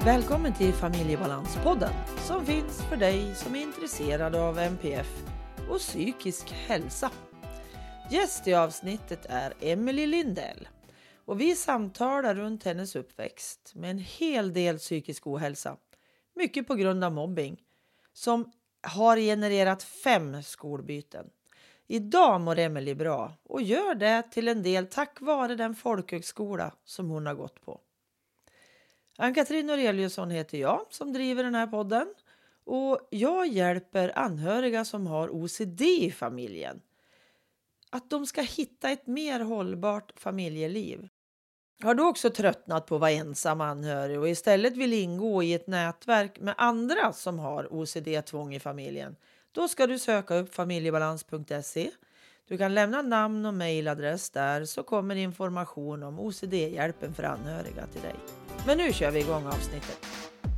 Välkommen till Familjebalanspodden som finns för dig som är intresserad av MPF och psykisk hälsa. Gäst i avsnittet är Emelie Lindell och vi samtalar runt hennes uppväxt med en hel del psykisk ohälsa. Mycket på grund av mobbing som har genererat 5 skolbyten. Idag mår Emelie bra och gör det till en del tack vare den folkhögskola som hon har gått på. Ann-Katrin Noreliusson heter jag som driver den här podden och jag hjälper anhöriga som har OCD i familjen att de ska hitta ett mer hållbart familjeliv. Har du också tröttnat på att vara ensam anhörig och istället vill ingå i ett nätverk med andra som har OCD-tvång i familjen? Då ska du söka upp familjebalans.se. Du kan lämna namn och mejladress där så kommer information om OCD-hjälpen för anhöriga till dig. Men nu kör vi igång avsnittet.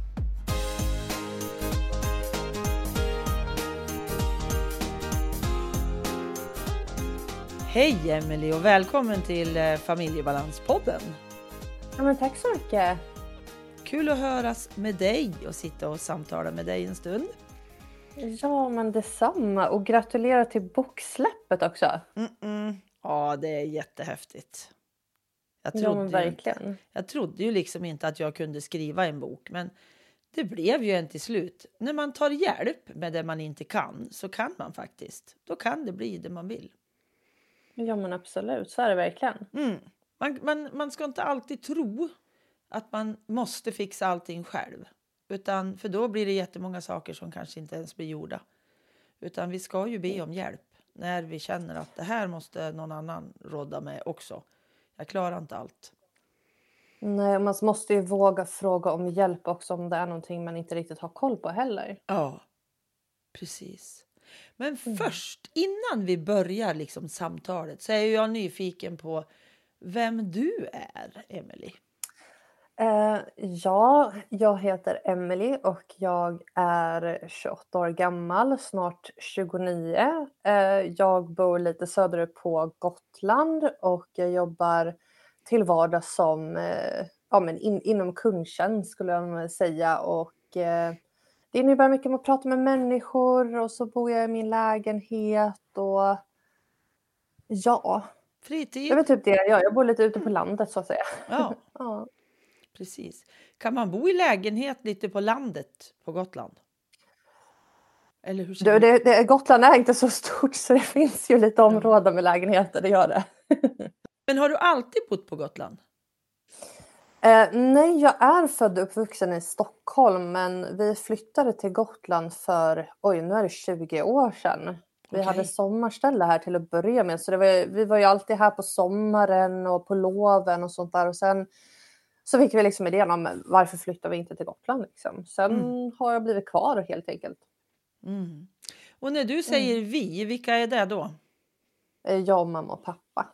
Hej Emelie och välkommen till Familjebalanspodden. Ja, men tack så mycket. Kul att höras med dig och sitta och samtala med dig en stund. Ja, men detsamma. Och gratulera till boksläppet också. Ja, det är jättehäftigt. Jag trodde ju liksom inte att jag kunde skriva en bok, men det blev ju en till slut. När man tar hjälp med det man inte kan så kan man faktiskt. Då kan det bli det man vill. Ja, men absolut. Så är det verkligen. Man ska inte alltid tro att man måste fixa allting själv. För då blir det jättemånga saker som kanske inte ens blir gjorda. Utan vi ska ju be om hjälp när vi känner att det här måste någon annan råda med också. Jag klarar inte allt. Nej, man måste ju våga fråga om hjälp också om det är någonting man inte riktigt har koll på heller. Ja, precis. Men först, innan vi börjar liksom samtalet så är jag nyfiken på vem du är, Emelie. Ja, jag heter Emelie och jag är 28 år gammal, snart 29. Jag bor lite söderut på Gotland och jag jobbar till vardags som inom kundtjänst skulle jag säga. Och det innebär mycket med att prata med människor och så bor jag i min lägenhet och ja. Fritid? Det är väl typ det jag gör. Jag bor lite ute på landet så att säga. Ja. Ja. Precis. Kan man bo i lägenhet lite på landet på Gotland? Eller hur ser det Gotland är inte så stort så det finns ju lite områden med lägenheter, det gör det. Men har du alltid bott på Gotland? Nej, jag är född och uppvuxen i Stockholm men vi flyttade till Gotland för, nu är det 20 år sedan. Vi hade sommarställe här till att börja med så vi var ju alltid här på sommaren och på loven och sånt där och sen så fick vi liksom idén om varför flyttar vi inte till Gotland liksom. Sen har jag blivit kvar helt enkelt. Och när du säger vi, vilka är det då? Jag, mamma och pappa.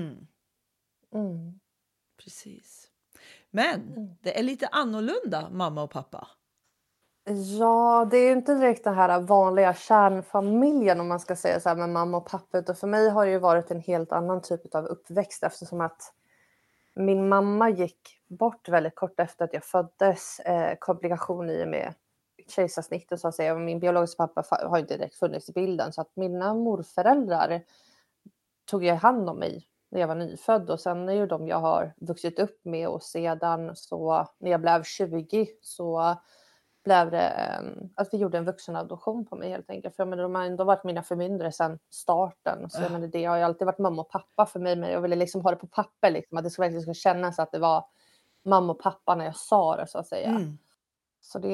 Precis. Men det är lite annorlunda mamma och pappa. Ja, det är ju inte direkt den här vanliga kärnfamiljen om man ska säga så här med mamma och pappa. Utan för mig har det ju varit en helt annan typ av uppväxt eftersom att min mamma gick bort väldigt kort efter att jag föddes. Komplikation i och med kejsarsnittet så att säga. Min biologiska pappa har inte direkt funnits i bilden. Så att mina morföräldrar tog ju hand om mig när jag var nyfödd. Och sen är ju de jag har vuxit upp med. Och sedan så när jag blev 20 så blev det att vi gjorde en vuxenadoption på mig helt enkelt. För de har ändå varit mina förmyndare sedan starten. Så jag menar, det har ju alltid varit mamma och pappa för mig. Men jag ville liksom ha det på papper. Liksom, att det verkligen ska kännas att det var mamma och pappa när jag sa det så att säga. Så det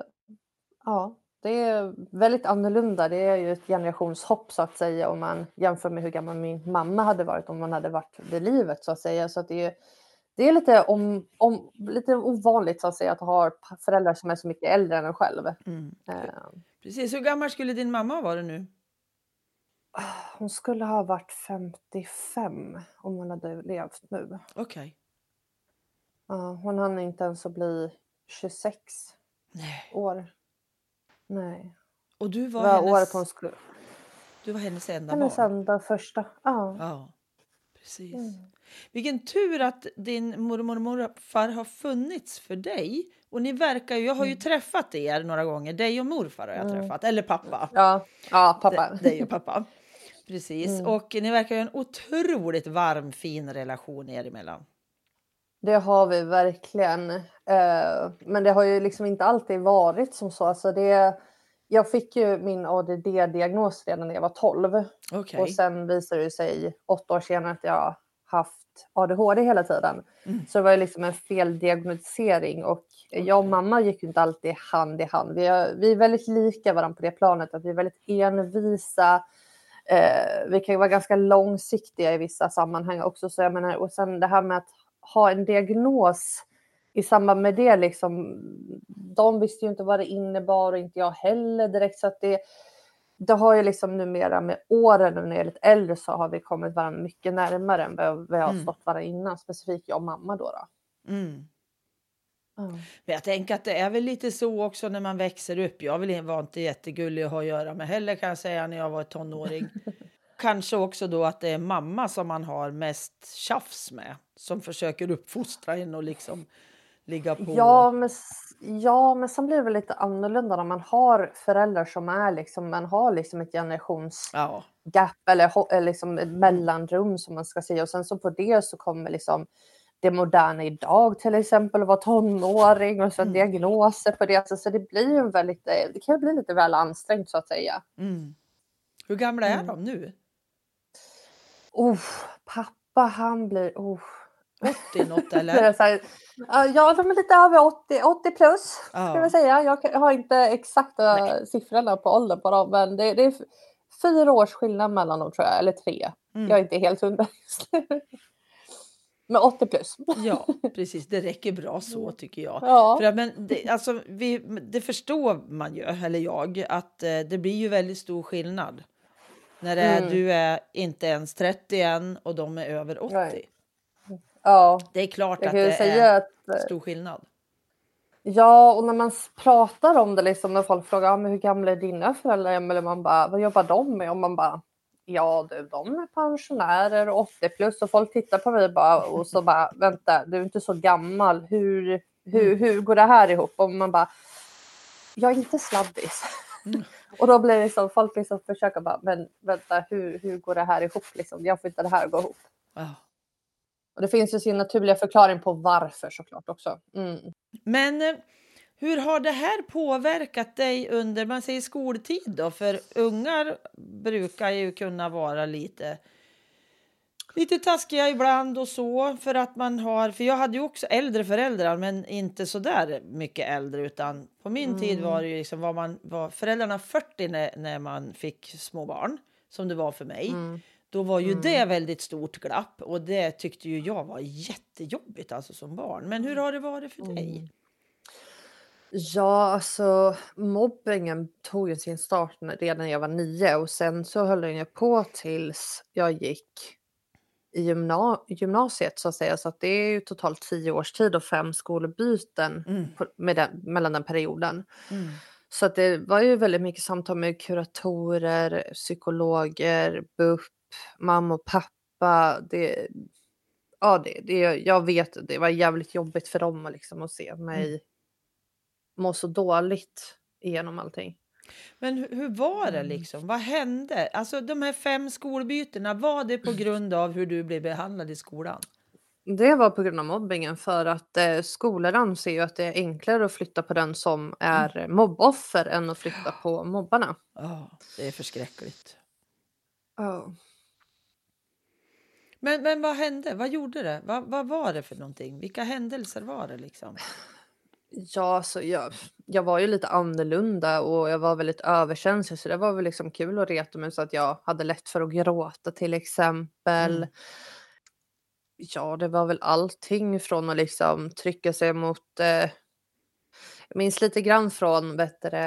är väldigt annorlunda. Det är ju ett generationshopp så att säga. Om man jämför med hur gammal min mamma hade varit. Om man hade varit vid livet så att säga. Så att det är lite, lite ovanligt så att säga att ha föräldrar som är så mycket äldre än en själv. Precis, hur gammal skulle din mamma vara nu? Hon skulle ha varit 55 om hon hade levt nu. Okej. Hon hann inte ens att bli 26 år. Nej. Och du var året hon skulle... Du var hennes enda hennes barn? enda första, Ja, precis. Vilken tur att din mormor och morfar har funnits för dig Och ni verkar ju, jag har ju träffat er några gånger, dig och morfar har jag träffat, eller pappa. Ja, pappa. Dig och pappa. Precis, och ni verkar ju ha en otroligt varm, fin relation er emellan. Det har vi verkligen. Men det har ju liksom inte alltid varit som så. Alltså jag fick ju min ADD-diagnos redan när jag var 12. Okej. Och sen visade det sig 8 år senare att jag haft ADHD hela tiden. Så det var ju liksom en feldiagnostisering. Och jag och mamma gick ju inte alltid hand i hand. Vi är väldigt lika varandra på det planet. Att vi är väldigt envisa. Vi kan ju vara ganska långsiktiga i vissa sammanhang också. Så jag menar, och sen det här med att ha en diagnos i samband med det liksom, de visste ju inte vad det innebar och inte jag heller direkt, så att det har ju liksom numera med åren, när jag är lite äldre, så har vi kommit varandra mycket närmare än vad vi har stått varandra innan, specifikt jag och mamma då. Men jag tänker att det är väl lite så också när man växer upp. Jag var inte jättegullig att ha att göra med heller, kan jag säga, när jag var tonåring. Kanske också då att det är mamma som man har mest tjafs med, som försöker uppfostra en och liksom ligga på. Ja, men sen blir det väl lite annorlunda när man har föräldrar som är liksom, man har liksom ett generationsgap eller liksom ett mellanrum som man ska säga, och sen så på det så kommer liksom det moderna idag, till exempel att vara tonåring och så diagnoser på det, så det blir ju det kan bli lite väl ansträngt så att säga. Hur gamla är de nu? Pappa han blir 80 något eller? Ja, de är lite över 80 plus ska jag säga. Jag har inte exakta siffrorna på åldern på dem, men det är 4 års skillnad mellan dem tror jag, eller 3. Jag är inte helt hundra. Men 80 plus. Ja, precis. Det räcker bra så tycker jag. Ja. Det förstår man ju, eller jag, att det blir ju väldigt stor skillnad. När du är inte ens 31 och de är över 80. Nej. Ja. Det är klart att det är stor skillnad. Ja, och när man pratar om det liksom, när folk frågar men hur gamla är dina föräldrar, eller man bara, vad jobbar de med? Och man bara, ja du, de är pensionärer och 80 plus, och folk tittar på mig bara, och så bara, vänta, du är inte så gammal, hur går det här ihop? Och man bara, jag är inte sladdis. Och då blir det liksom, folk liksom försöker bara, men vänta, hur går det här ihop liksom? Jag får inte det här att gå ihop. Och det finns ju sin naturliga förklaring på varför såklart också. Men hur har det här påverkat dig under, man säger skoltid då? För ungar brukar ju kunna vara lite taskiga ibland och så, för att för jag hade ju också äldre föräldrar, men inte så där mycket äldre, utan på min tid var det ju liksom, var föräldrarna 40 när man fick små barn, som det var för mig. Då var ju det väldigt stort glapp, och det tyckte ju jag var jättejobbigt alltså som barn. Men hur har det varit för dig? Ja, alltså mobbingen tog ju sin start redan när jag var 9, och sen så höll den ju på tills jag gick i gymnasiet så att säga. Så att det är ju totalt 10 års tid och 5 skolbyten mellan den perioden. Så att det var ju väldigt mycket samtal med kuratorer, psykologer, BUP, mamma och pappa. Jag vet, det var jävligt jobbigt för dem liksom att se mig må så dåligt igenom allting. Men hur var det liksom? Vad hände? Alltså de här 5 skolbytena, var det på grund av hur du blev behandlad i skolan? Det var på grund av mobbingen, för att skolor anser ju att det är enklare att flytta på den som är mobboffer än att flytta på mobbarna. Det är förskräckligt. Ja. Men vad hände? Vad gjorde det? Vad var det för någonting? Vilka händelser var det liksom? Ja, så jag var ju lite annorlunda och jag var väldigt överkänslig, så det var väl liksom kul att reta mig, så att jag hade lätt för att gråta till exempel. Ja, det var väl allting från att liksom trycka sig mot, jag minns lite grann från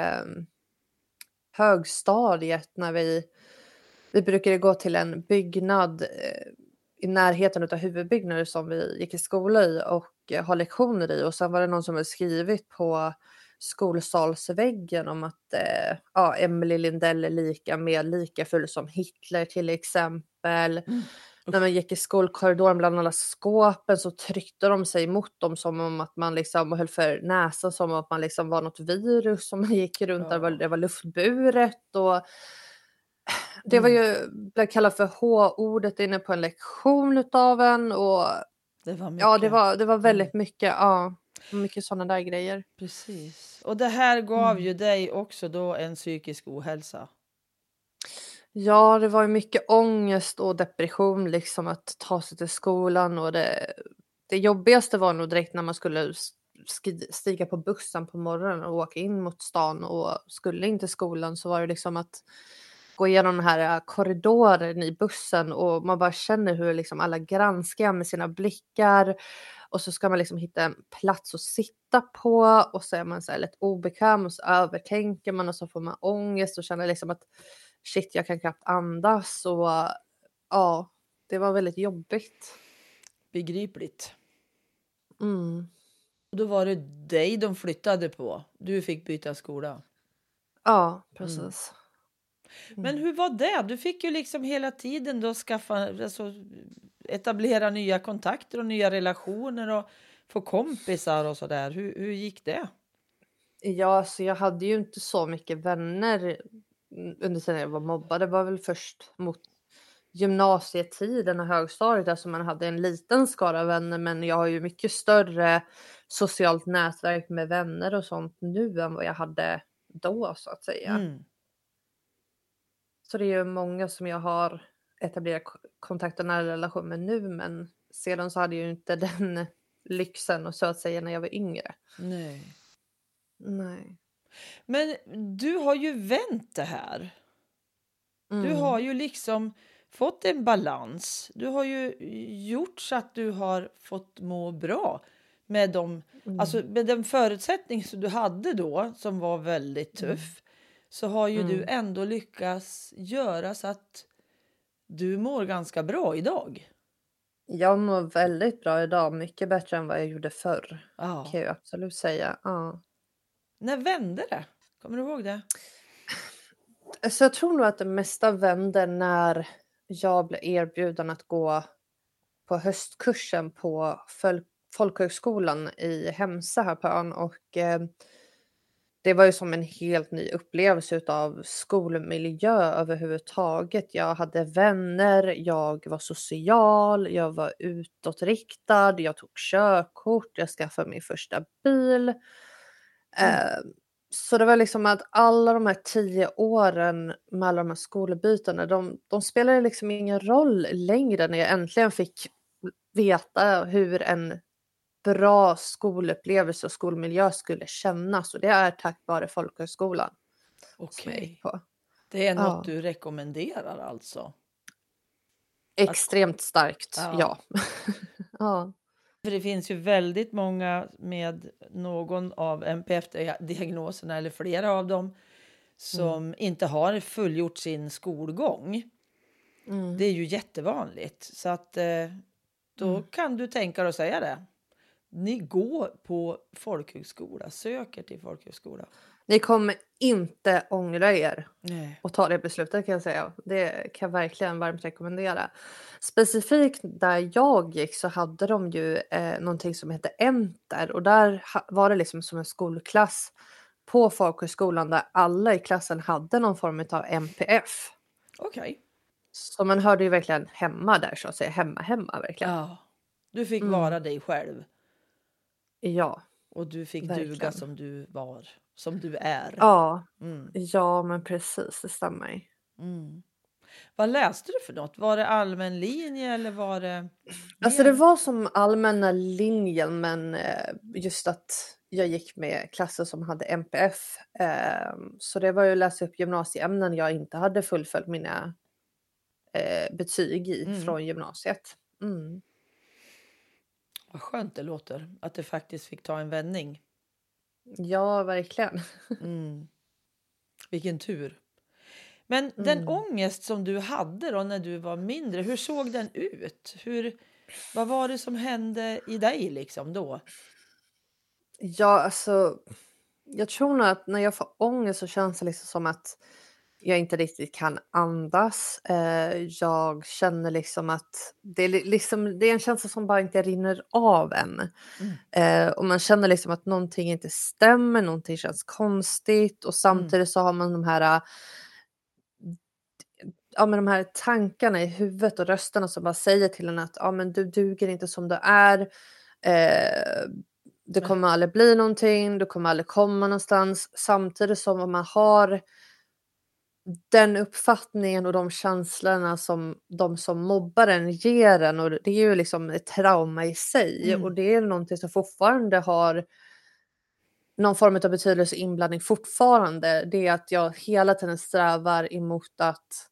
högstadiet, när vi brukade gå till en byggnad i närheten av huvudbyggnaden som vi gick i skola i och ha lektioner i, och sen var det någon som hade skrivit på skolsalsväggen om att Emily Lindell är lika full som Hitler till exempel. när man gick i skolkorridoren bland alla skåpen så tryckte de sig mot dem som om att man liksom höll för näsan som om att man liksom var något virus som man gick runt där. Det var luftburet och det var ju blev kallat för H-ordet inne på en lektion utav en och Det var mycket. ja, det var väldigt mycket, ja, mycket sådana där grejer. Precis. Och det här gav ju dig också då en psykisk ohälsa. Ja, det var ju mycket ångest och depression liksom att ta sig till skolan och det jobbigaste var nog direkt när man skulle stiga på bussen på morgonen och åka in mot stan och skulle in till skolan så var det liksom att gå igenom den här korridoren i bussen och man bara känner hur liksom alla granskar med sina blickar och så ska man liksom hitta en plats att sitta på och så är man så här lätt obekväm och så övertänker man och så får man ångest och känner liksom att shit, jag kan knappt andas och ja, det var väldigt jobbigt. Begripligt. Och då var det dig de flyttade på. Du fick byta skola. Ja, precis. Men hur var det? Du fick ju liksom hela tiden då etablera nya kontakter och nya relationer och få kompisar och sådär. Hur gick det? Ja, så jag hade ju inte så mycket vänner under tiden jag var mobbad. Det var väl först mot gymnasietiden och högstadiet där som man hade en liten skara vänner. Men jag har ju mycket större socialt nätverk med vänner och sånt nu än vad jag hade då så att säga. Så det är ju många som jag har etablerat kontakt och nära relation med nu. Men sedan så hade jag ju inte den lyxen och så att säga när jag var yngre. Nej. Men du har ju vänt det här. Du har ju liksom fått en balans. Du har ju gjort så att du har fått må bra med alltså med den förutsättning som du hade då som var väldigt tuff. Så har ju du ändå lyckats göra så att du mår ganska bra idag. Jag mår väldigt bra idag. Mycket bättre än vad jag gjorde förr. Ja. Kan jag absolut säga. Ja. När vände det? Kommer du ihåg det? Så jag tror nog att det mesta vände när jag blev erbjuden att gå på höstkursen på folkhögskolan i Hemse här på ön. Och det var ju som en helt ny upplevelse av skolmiljö överhuvudtaget. Jag hade vänner, jag var social, jag var utåtriktad, jag tog körkort, jag skaffade min första bil. Så det var liksom att alla de här 10 åren med alla de här skolbytena, de spelade liksom ingen roll längre när jag äntligen fick veta hur en bra skolupplevelse och skolmiljö skulle kännas. Och det är tack vare folkhögskolan. Okej. Det är något du rekommenderar alltså? Extremt starkt, ja. Ja. För det finns ju väldigt många med någon av NPF-diagnoserna eller flera av dem som inte har fullgjort sin skolgång. Det är ju jättevanligt. Så att då kan du tänka dig att säga det. Ni går på folkhögskola, söker till folkhögskola. Ni kommer inte ångra er. Nej. Och ta det beslutet kan jag säga. Det kan jag verkligen varmt rekommendera. Specifikt där jag gick så hade de ju någonting som heter Enter. Och där var det liksom som en skolklass på folkhögskolan där alla i klassen hade någon form av NPF. Okej. Så man hörde ju verkligen hemma där så att säga. Hemma verkligen. Ja. Du fick vara dig själv. Ja. Och du fick duga som du var. Som du är. Ja, ja men precis, det stämmer. Vad läste du för något? Var det allmän linje eller var det... Alltså det var som allmänna linjen men just att jag gick med klasser som hade NPF. Så det var ju att läsa upp gymnasieämnen jag inte hade fullföljt mina betyg i från gymnasiet. Vad skönt det låter att det faktiskt fick ta en vändning. Ja, verkligen. Vilken tur. Men den ångest som du hade då när du var mindre, hur såg den ut? Vad var det som hände i dig liksom då? Ja, alltså jag tror nog att när jag får ångest så känns det liksom som att jag inte riktigt kan andas. Jag känner liksom att det är en känsla som bara inte rinner av än. Och man känner liksom att någonting inte stämmer, någonting känns konstigt och samtidigt så har man de här tankarna i huvudet och rösterna som bara säger till en att men du duger inte som du är. Det kommer aldrig bli någonting, du kommer aldrig komma någonstans. Samtidigt som man har den uppfattningen och de känslorna som de som mobbar en ger en, och det är ju liksom ett trauma i sig och det är någonting som fortfarande har någon form av betydelse och inblandning fortfarande. Det är att jag hela tiden strävar emot att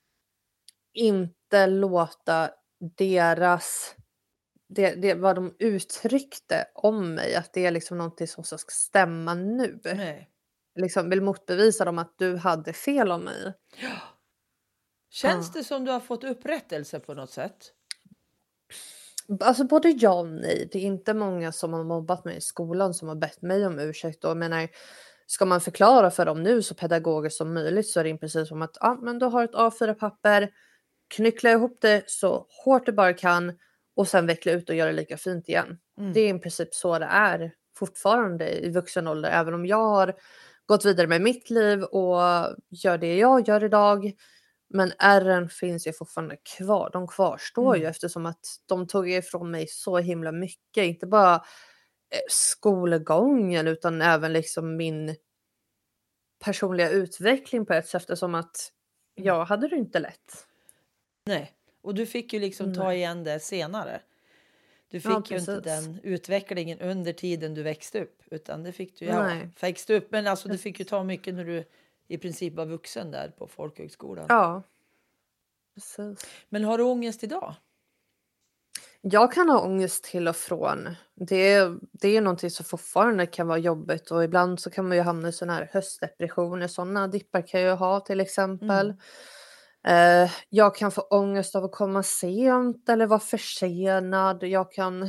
inte låta deras det vad de uttryckte om mig, att det är liksom någonting som ska stämma nu. Nej. Liksom vill motbevisa dem att du hade fel om mig. Känns det som du har fått upprättelse på något sätt? Alltså både ja och nej. Det är inte många som har mobbat mig i skolan som har bett mig om ursäkt. Och jag menar, ska man förklara för dem nu så pedagogiskt som möjligt så är det i princip som att men du har ett A4-papper, knyckla ihop det så hårt du bara kan och sen veckla ut och göra det lika fint igen. Det är i princip så det är fortfarande i vuxen ålder. Även om jag har gått vidare med mitt liv och gör det jag gör idag. Men ärren finns ju fortfarande kvar. De kvarstår ju eftersom att de tog ifrån mig så himla mycket. Inte bara skolgången utan även liksom min personliga utveckling på ett sätt. Eftersom att jag hade det inte lätt. Nej, och du fick ju liksom ta igen det senare. Du fick ju inte den utvecklingen under tiden du växte upp. Utan det fick du växte upp. Men alltså du fick ju ta mycket när du i princip var vuxen där på folkhögskolan. Ja, precis. Men har du ångest idag? Jag kan ha ångest till och från. Det är någonting som fortfarande kan vara jobbigt. Och ibland så kan man ju hamna i sådana här höstdepressioner. Sådana dippar kan jag ha till exempel. Jag kan få ångest av att komma sent eller vara försenad. Jag kan,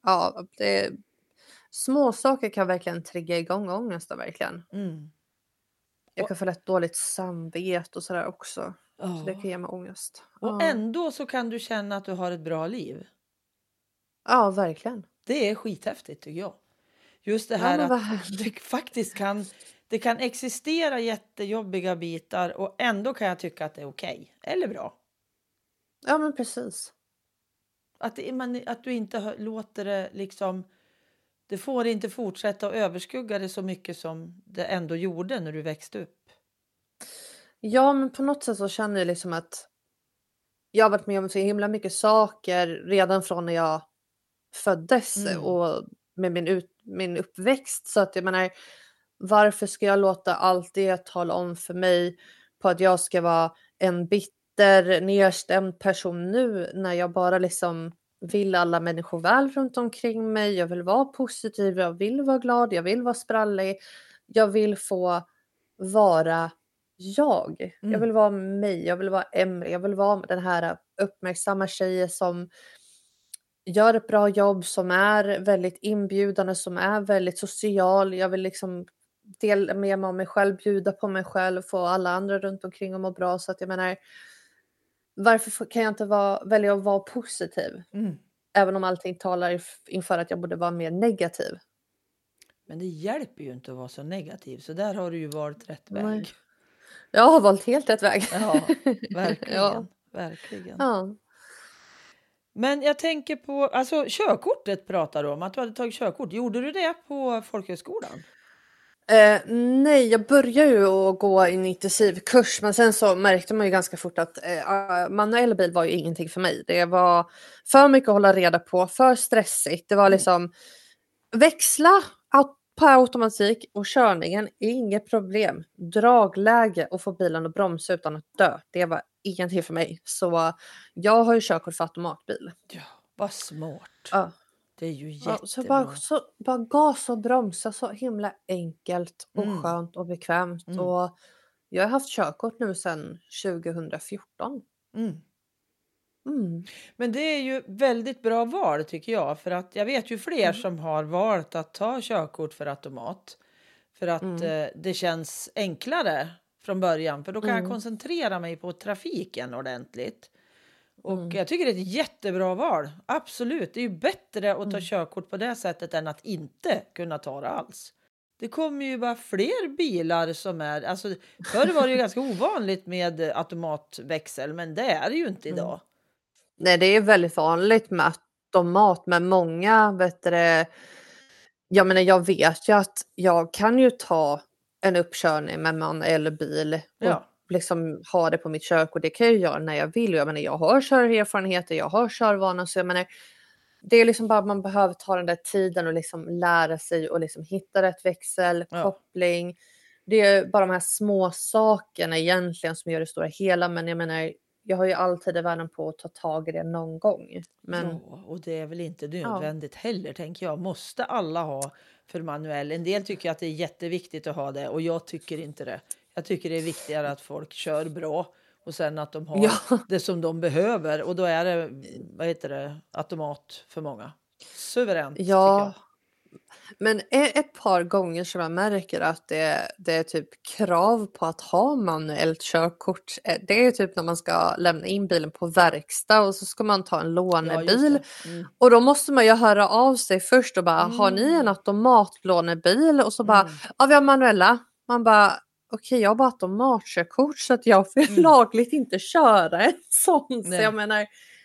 små saker kan verkligen trigga igång ångesten verkligen. Jag kan få lätt dåligt samvete och sådär också. Så det kan ge mig ångest. Och ändå så kan du känna att du har ett bra liv. Ja, verkligen. Det är skithäftigt tycker jag. Just det här att det faktiskt kan existera jättejobbiga bitar och ändå kan jag tycka att det är okej. Eller bra. Ja, men precis. Att du inte låter det liksom... Det får inte fortsätta att överskugga det så mycket som det ändå gjorde när du växte upp. Ja, men på något sätt så känner jag liksom att jag har varit med om så himla mycket saker redan från när jag föddes och med min uppväxt. Så att jag menar, varför ska jag låta allt det tala om för mig på att jag ska vara en bitter, nedstämd person nu när jag bara liksom vill alla människor väl runt omkring mig. Jag vill vara positiv, jag vill vara glad, jag vill vara sprallig. Jag vill få vara jag. Jag vill vara mig, jag vill vara Emily, jag vill vara den här uppmärksamma tjejen som gör ett bra jobb, som är väldigt inbjudande, som är väldigt social. Jag vill liksom dela med mig av mig själv, bjuda på mig själv, få alla andra runt omkring att må bra. Så att jag menar, varför kan jag inte välja att vara positiv? Även om allting talar inför att jag borde vara mer negativ. Men det hjälper ju inte att vara så negativ. Så där har du ju valt rätt väg. Jag har valt helt rätt väg. Ja, verkligen. Verkligen. Ja. Men jag tänker på, alltså körkortet pratar du om, att du hade tagit körkort. Gjorde du det på folkhögskolan? Nej, jag började ju att gå en intensivkurs, men sen så märkte man ju ganska fort att manuell bil var ju ingenting för mig. Det var för mycket att hålla reda på, för stressigt. Det var liksom växla på automatik och körningen är inget problem. Dragläge och få bilen att bromsa utan att dö. Det var ingenting för mig. Så jag har ju körkort för automatbil. Ja, vad smart. Ja. Det är ju jättebra. Så bara gas och bromsa, så himla enkelt och skönt och bekvämt. Och jag har haft körkort nu sedan 2014. Men det är ju väldigt bra val tycker jag. För att jag vet ju fler som har valt att ta körkort för automat. För att det känns enklare från början. För då kan jag koncentrera mig på trafiken ordentligt. Och jag tycker det är ett jättebra val. Absolut, det är ju bättre att ta körkort på det sättet än att inte kunna ta det alls. Det kommer ju bara fler bilar som är... Alltså, förr var det ju ganska ovanligt med automatväxel, men det är det ju inte idag. Nej, det är väldigt vanligt med automat, men många, jag menar, jag vet ju att jag kan ju ta en uppkörning med manuell bil och liksom ha det på mitt körkort. Det kan jag göra när jag vill. Jag menar, jag har körerfarenheter, jag har körvana, så jag menar, det är liksom bara att man behöver ta den där tiden och liksom lära sig och liksom hitta rätt växel, koppling. Det är bara de här små sakerna egentligen som gör det stora hela, men jag menar, jag har ju alltid i världen på att ta tag i det någon gång. Men... Ja, och det är väl inte nödvändigt heller, tänker jag. Måste alla ha för manuell? En del tycker att det är jätteviktigt att ha det, och jag tycker inte det. Jag tycker det är viktigare att folk kör bra och sen att de har det som de behöver. Och då är det, automat för många. Suveränt, tycker jag. Men ett par gånger som jag märker att det är typ krav på att ha manuellt körkort. Det är typ när man ska lämna in bilen på verkstad och så ska man ta en lånebil. Och då måste man ju höra av sig först och bara, har ni en automatlånebil? Och så bara, vi har manuella. Man bara, okej, jag har bara automatkörkort så att jag får lagligt inte köra en sån. Så jag menar,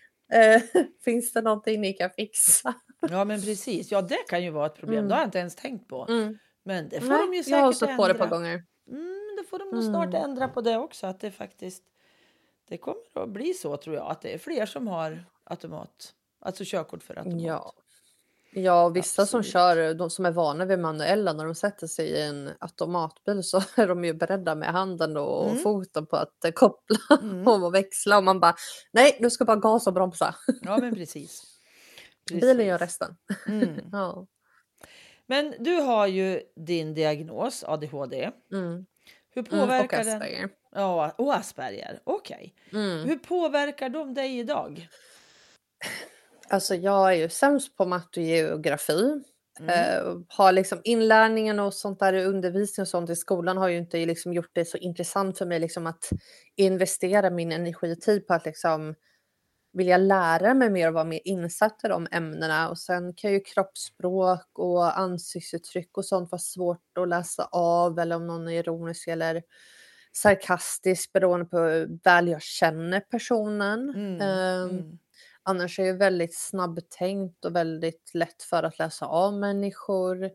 finns det någonting ni kan fixa? Ja, men precis. Ja, det kan ju vara ett problem. Det har jag inte ens tänkt på. Men det får de ju säkert jag har stått ändra. På det ett par gånger. Det får de nog snart ändra på det också. Att det faktiskt... Det kommer att bli så, tror jag. Att det är fler som har automat. Alltså körkort för automat. Ja, vissa som kör, de som är vana vid manuella, när de sätter sig i en automatbil så är de ju beredda med handen och foten på att koppla och växla. Och man bara, nej, du ska bara gasa och bromsa. Ja, men precis. Bilen gör resten. Ja. Men du har ju din diagnos, ADHD. Hur påverkar och Asperger. den? Ja, och Asperger. Okej. Hur påverkar de dig idag? Alltså jag är ju sämst på matte och geografi. Har liksom inlärningen och sånt där, undervisning och sånt i skolan har ju inte liksom gjort det så intressant för mig liksom att investera min energi och tid på att liksom vilja lära mig mer och vara mer insatt i de ämnena. Och sen kan ju kroppsspråk och ansiktsuttryck och sånt vara svårt att läsa av, eller om någon är ironisk eller sarkastisk beroende på hur väl jag känner personen. Annars är jag väldigt snabbtänkt och väldigt lätt för att läsa av människor.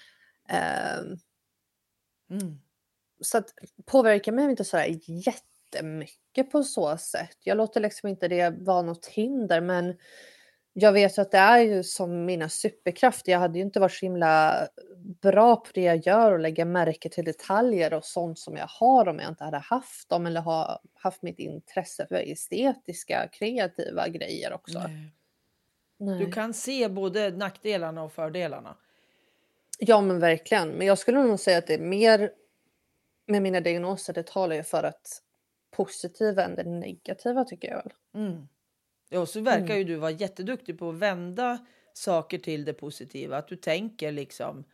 Så att påverkar mig inte så här jättemycket på så sätt. Jag låter liksom inte det vara något hinder, men jag vet att det är ju som mina superkrafter. Jag hade ju inte varit så himla bra på det jag gör och lägga märke till detaljer och sånt som jag har om jag inte hade haft dem eller har haft mitt intresse för estetiska, kreativa grejer också. Nej. Du kan se både nackdelarna och fördelarna. Ja, men verkligen. Men jag skulle nog säga att det är mer med mina diagnoser, det talar ju för att positiva än det negativa, tycker jag väl. Ja, så verkar ju du vara jätteduktig på att vända saker till det positiva. Att du tänker liksom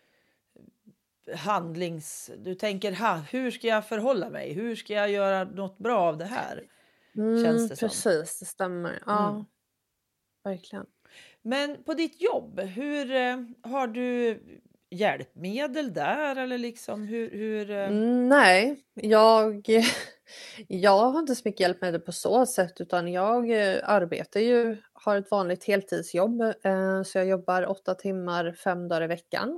du tänker, hur ska jag förhålla mig? Hur ska jag göra något bra av det här? Känns det precis, som. det stämmer. Ja, verkligen. Men på ditt jobb, hur har du hjälpmedel där? Eller liksom hur... Nej, jag har inte så mycket hjälpmedel på så sätt, utan jag arbetar ju, har ett vanligt heltidsjobb. Så jag jobbar 8 timmar 5 dagar i veckan.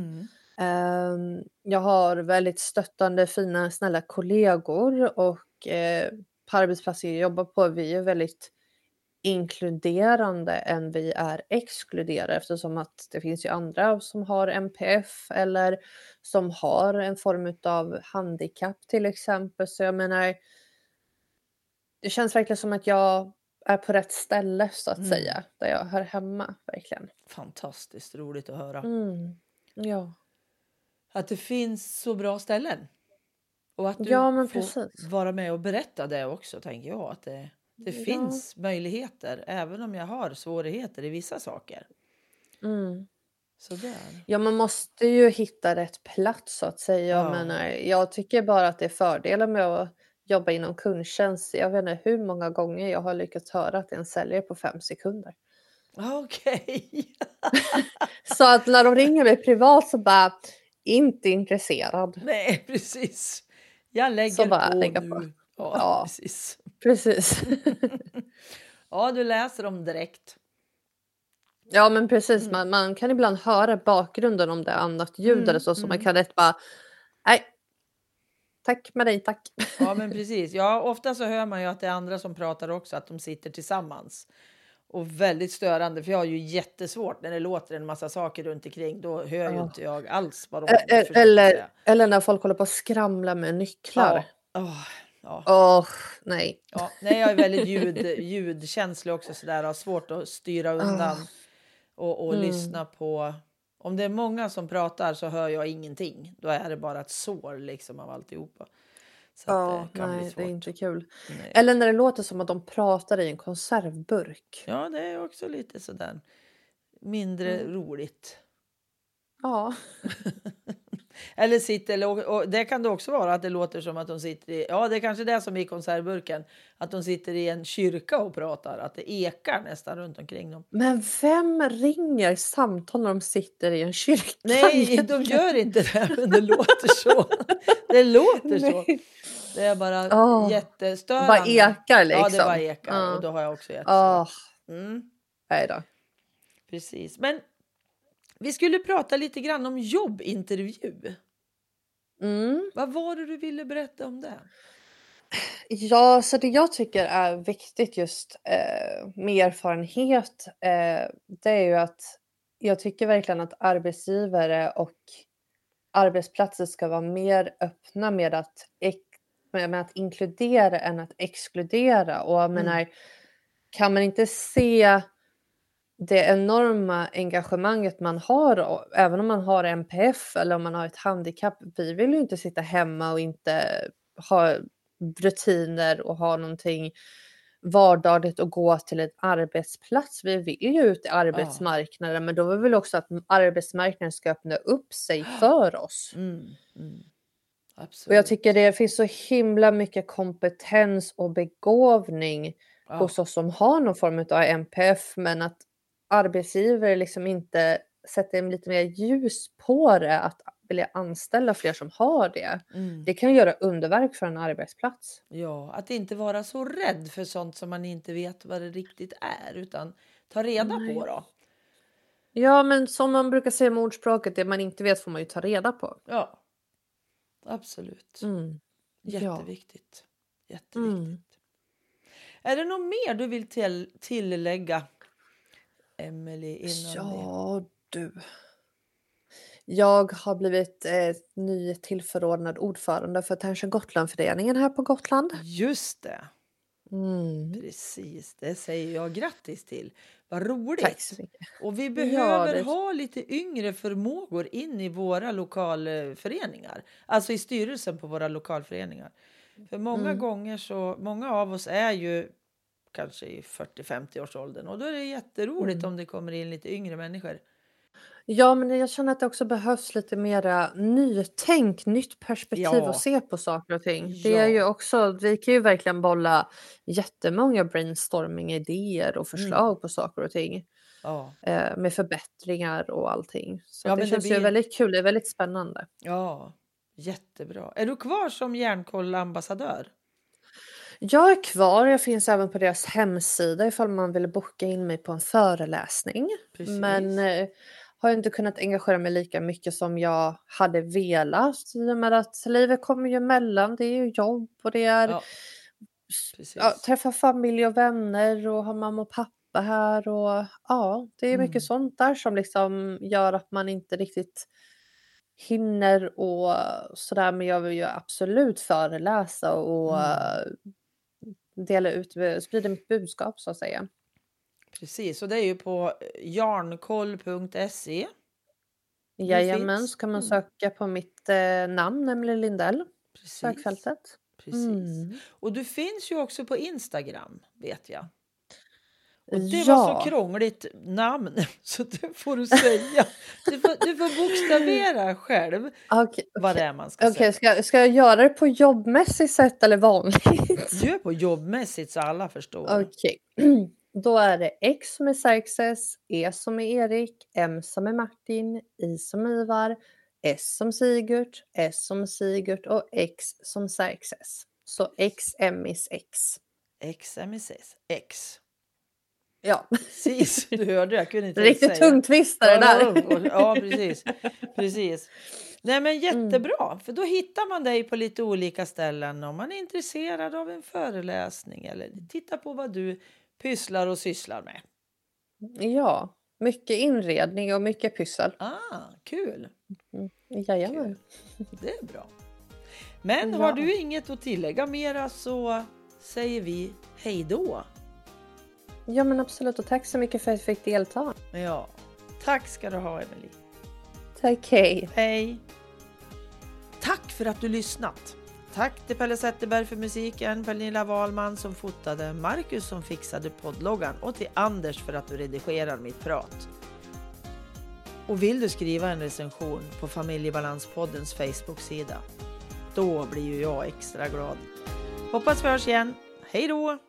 Jag har väldigt stöttande, fina, snälla kollegor, och på arbetsplatser jag jobbar på, vi är väldigt inkluderande än vi är exkluderade, eftersom att det finns ju andra som har MPF eller som har en form av handikapp till exempel. Så jag menar, det känns verkligen som att jag är på rätt ställe, så att säga, där jag hör hemma, verkligen. Fantastiskt roligt att höra. Ja. Att det finns så bra ställen. Och att du får vara med och berätta det också, tänker jag. Att det finns möjligheter, även om jag har svårigheter i vissa saker. Sådär. Ja, man måste ju hitta rätt plats så att säga. Jag Ja. menar, jag tycker bara att det är fördelen med att jobba inom kundtjänst. Jag vet inte hur många gånger jag har lyckats höra att det är en säljare på 5 sekunder. Okej. Så att när de ringer mig privat så bara, inte intresserad. Nej, precis. Jag Så lägger bara på lägga nu. på. Ja, Ja, precis. precis. Ja, du läser dem direkt. Ja, men precis. Man kan ibland höra bakgrunden om det är annat ljud eller så man kan rätt bara, nej, tack med dig, tack. Ja, men precis. Ja, ofta så hör man ju att det är andra som pratar också, att de sitter tillsammans. Och väldigt störande, för jag har ju jättesvårt när det låter en massa saker runt omkring. Då hör ju Ja. inte jag alls vad de försöker säga. Eller när folk håller på att skramla med nycklar. Ja. Nej. Ja, nej, jag är väldigt ljudkänslig också sådär. Har svårt att styra undan och lyssna på. Om det är många som pratar så hör jag ingenting. Då är det bara ett sår liksom av alltihopa. Så att det kan bli nej, svårt. det är inte kul. Nej. Eller när det låter som att de pratar i en konservburk. Ja, det är också lite sådär mindre roligt. Ja. Eller sitter, och det kan det också vara att det låter som att de sitter i, ja det är kanske det som är i konservburken, att de sitter i en kyrka och pratar, att det ekar nästan runt omkring dem. Men vem ringer samtal när de sitter i en kyrka? Nej, de gör inte det, men det låter så. Det låter så. Det är bara jättestörande. Bara ekar liksom. Ja, det bara ekar och då har jag också Nej då. Precis, men vi skulle prata lite grann om jobbintervju. Vad var det du ville berätta om det? Ja, så det jag tycker är viktigt just med erfarenhet, det är ju att jag tycker verkligen att arbetsgivare och arbetsplatser ska vara mer öppna med att inkludera än att exkludera. Och jag menar, kan man inte se det enorma engagemanget man har, även om man har NPF eller om man har ett handikapp. Vi vill ju inte sitta hemma och inte ha rutiner och ha någonting vardagligt och gå till en arbetsplats. Vi vill ju ut i arbetsmarknaden, men då vill vi också att arbetsmarknaden ska öppna upp sig för oss. Absolut. Och jag tycker det finns så himla mycket kompetens och begåvning hos oss som har någon form av NPF, men att arbetsgivare liksom inte sätter lite mer ljus på det, att vilja anställa fler som har det. Det kan göra underverk för en arbetsplats. Ja, att inte vara så rädd för sånt som man inte vet vad det riktigt är, utan ta reda på då. Ja, men som man brukar säga med ordspråket, det man inte vet får man ju ta reda på. Ja, absolut. Jätteviktigt. Jätteviktigt. Är det något mer du vill tillägga, Emelie, innan Ja, du. Jag har blivit ny tillförordnad ordförande för Tension Gotland-föreningen här på Gotland. Just det. Precis, det säger jag grattis till. Vad roligt. Tack så mycket. Och vi behöver ha lite yngre förmågor in i våra lokalföreningar. Alltså i styrelsen på våra lokalföreningar. För många gånger så, många av oss är ju kanske i 40-50 års åldern. Och då är det jätteroligt om det kommer in lite yngre människor. Ja, men jag känner att det också behövs lite mera nytänk, nytt perspektiv att se på saker och ting. Det är ju också, vi kan ju verkligen bolla jättemånga brainstorming-idéer och förslag på saker och ting. Med förbättringar och allting. Så det känns ju väldigt kul, det är väldigt spännande. Ja, jättebra. Är du kvar som Hjärnkoll-ambassadör? Jag är kvar, jag finns även på deras hemsida ifall man vill boka in mig på en föreläsning. Precis. Men har inte kunnat engagera mig lika mycket som jag hade velat. I och med att livet kommer ju emellan, det är ju jobb och det är träffa familj och vänner och ha mamma och pappa här. Och det är mycket sånt där som liksom gör att man inte riktigt hinner och sådär. Men jag vill ju absolut föreläsa och dela ut, sprida mitt budskap så att säga. Precis, och det är ju på jarnkoll.se. Jajamän, så kan man söka på mitt namn, Emelie Lindell. Sökfältet. Precis. Och du finns ju också på Instagram, vet jag. Och det var så krångligt namn så det får du säga. Du får bokstavera själv vad det är man ska säga. Ska jag göra det på jobbmässigt sätt eller vanligt? Gör på jobbmässigt så alla förstår. Okej. Då är det X som är Xerxes, E som är Erik, M som är Martin, I som Ivar, S som Sigurd, S som Sigurd och X som Xerxes. Så X, M is X. X, M is X. Ja. Precis, du hörde, jag kunde inte riktigt säga. Tungtvistare där. Ja, precis. Nej, men jättebra, för då hittar man dig på lite olika ställen om man är intresserad av en föreläsning eller titta på vad du pysslar och sysslar med. Ja, mycket inredning och mycket pyssel. Kul. Jajamän. Kul. Det är bra. Men har du inget att tillägga mera så säger vi hej då. Ja, men absolut, och tack så mycket för att jag fick delta. Ja, tack ska du ha, Emelie. Tack, hej. Hej. Tack för att du lyssnat. Tack till Pelle Zetterberg för musiken, Pernilla Wahlman som fotade, Marcus som fixade poddloggan och till Anders för att du redigerar mitt prat. Och vill du skriva en recension på Familjebalanspoddens Facebook-sida, då blir ju jag extra glad. Hoppas vi hörs igen. Hej då!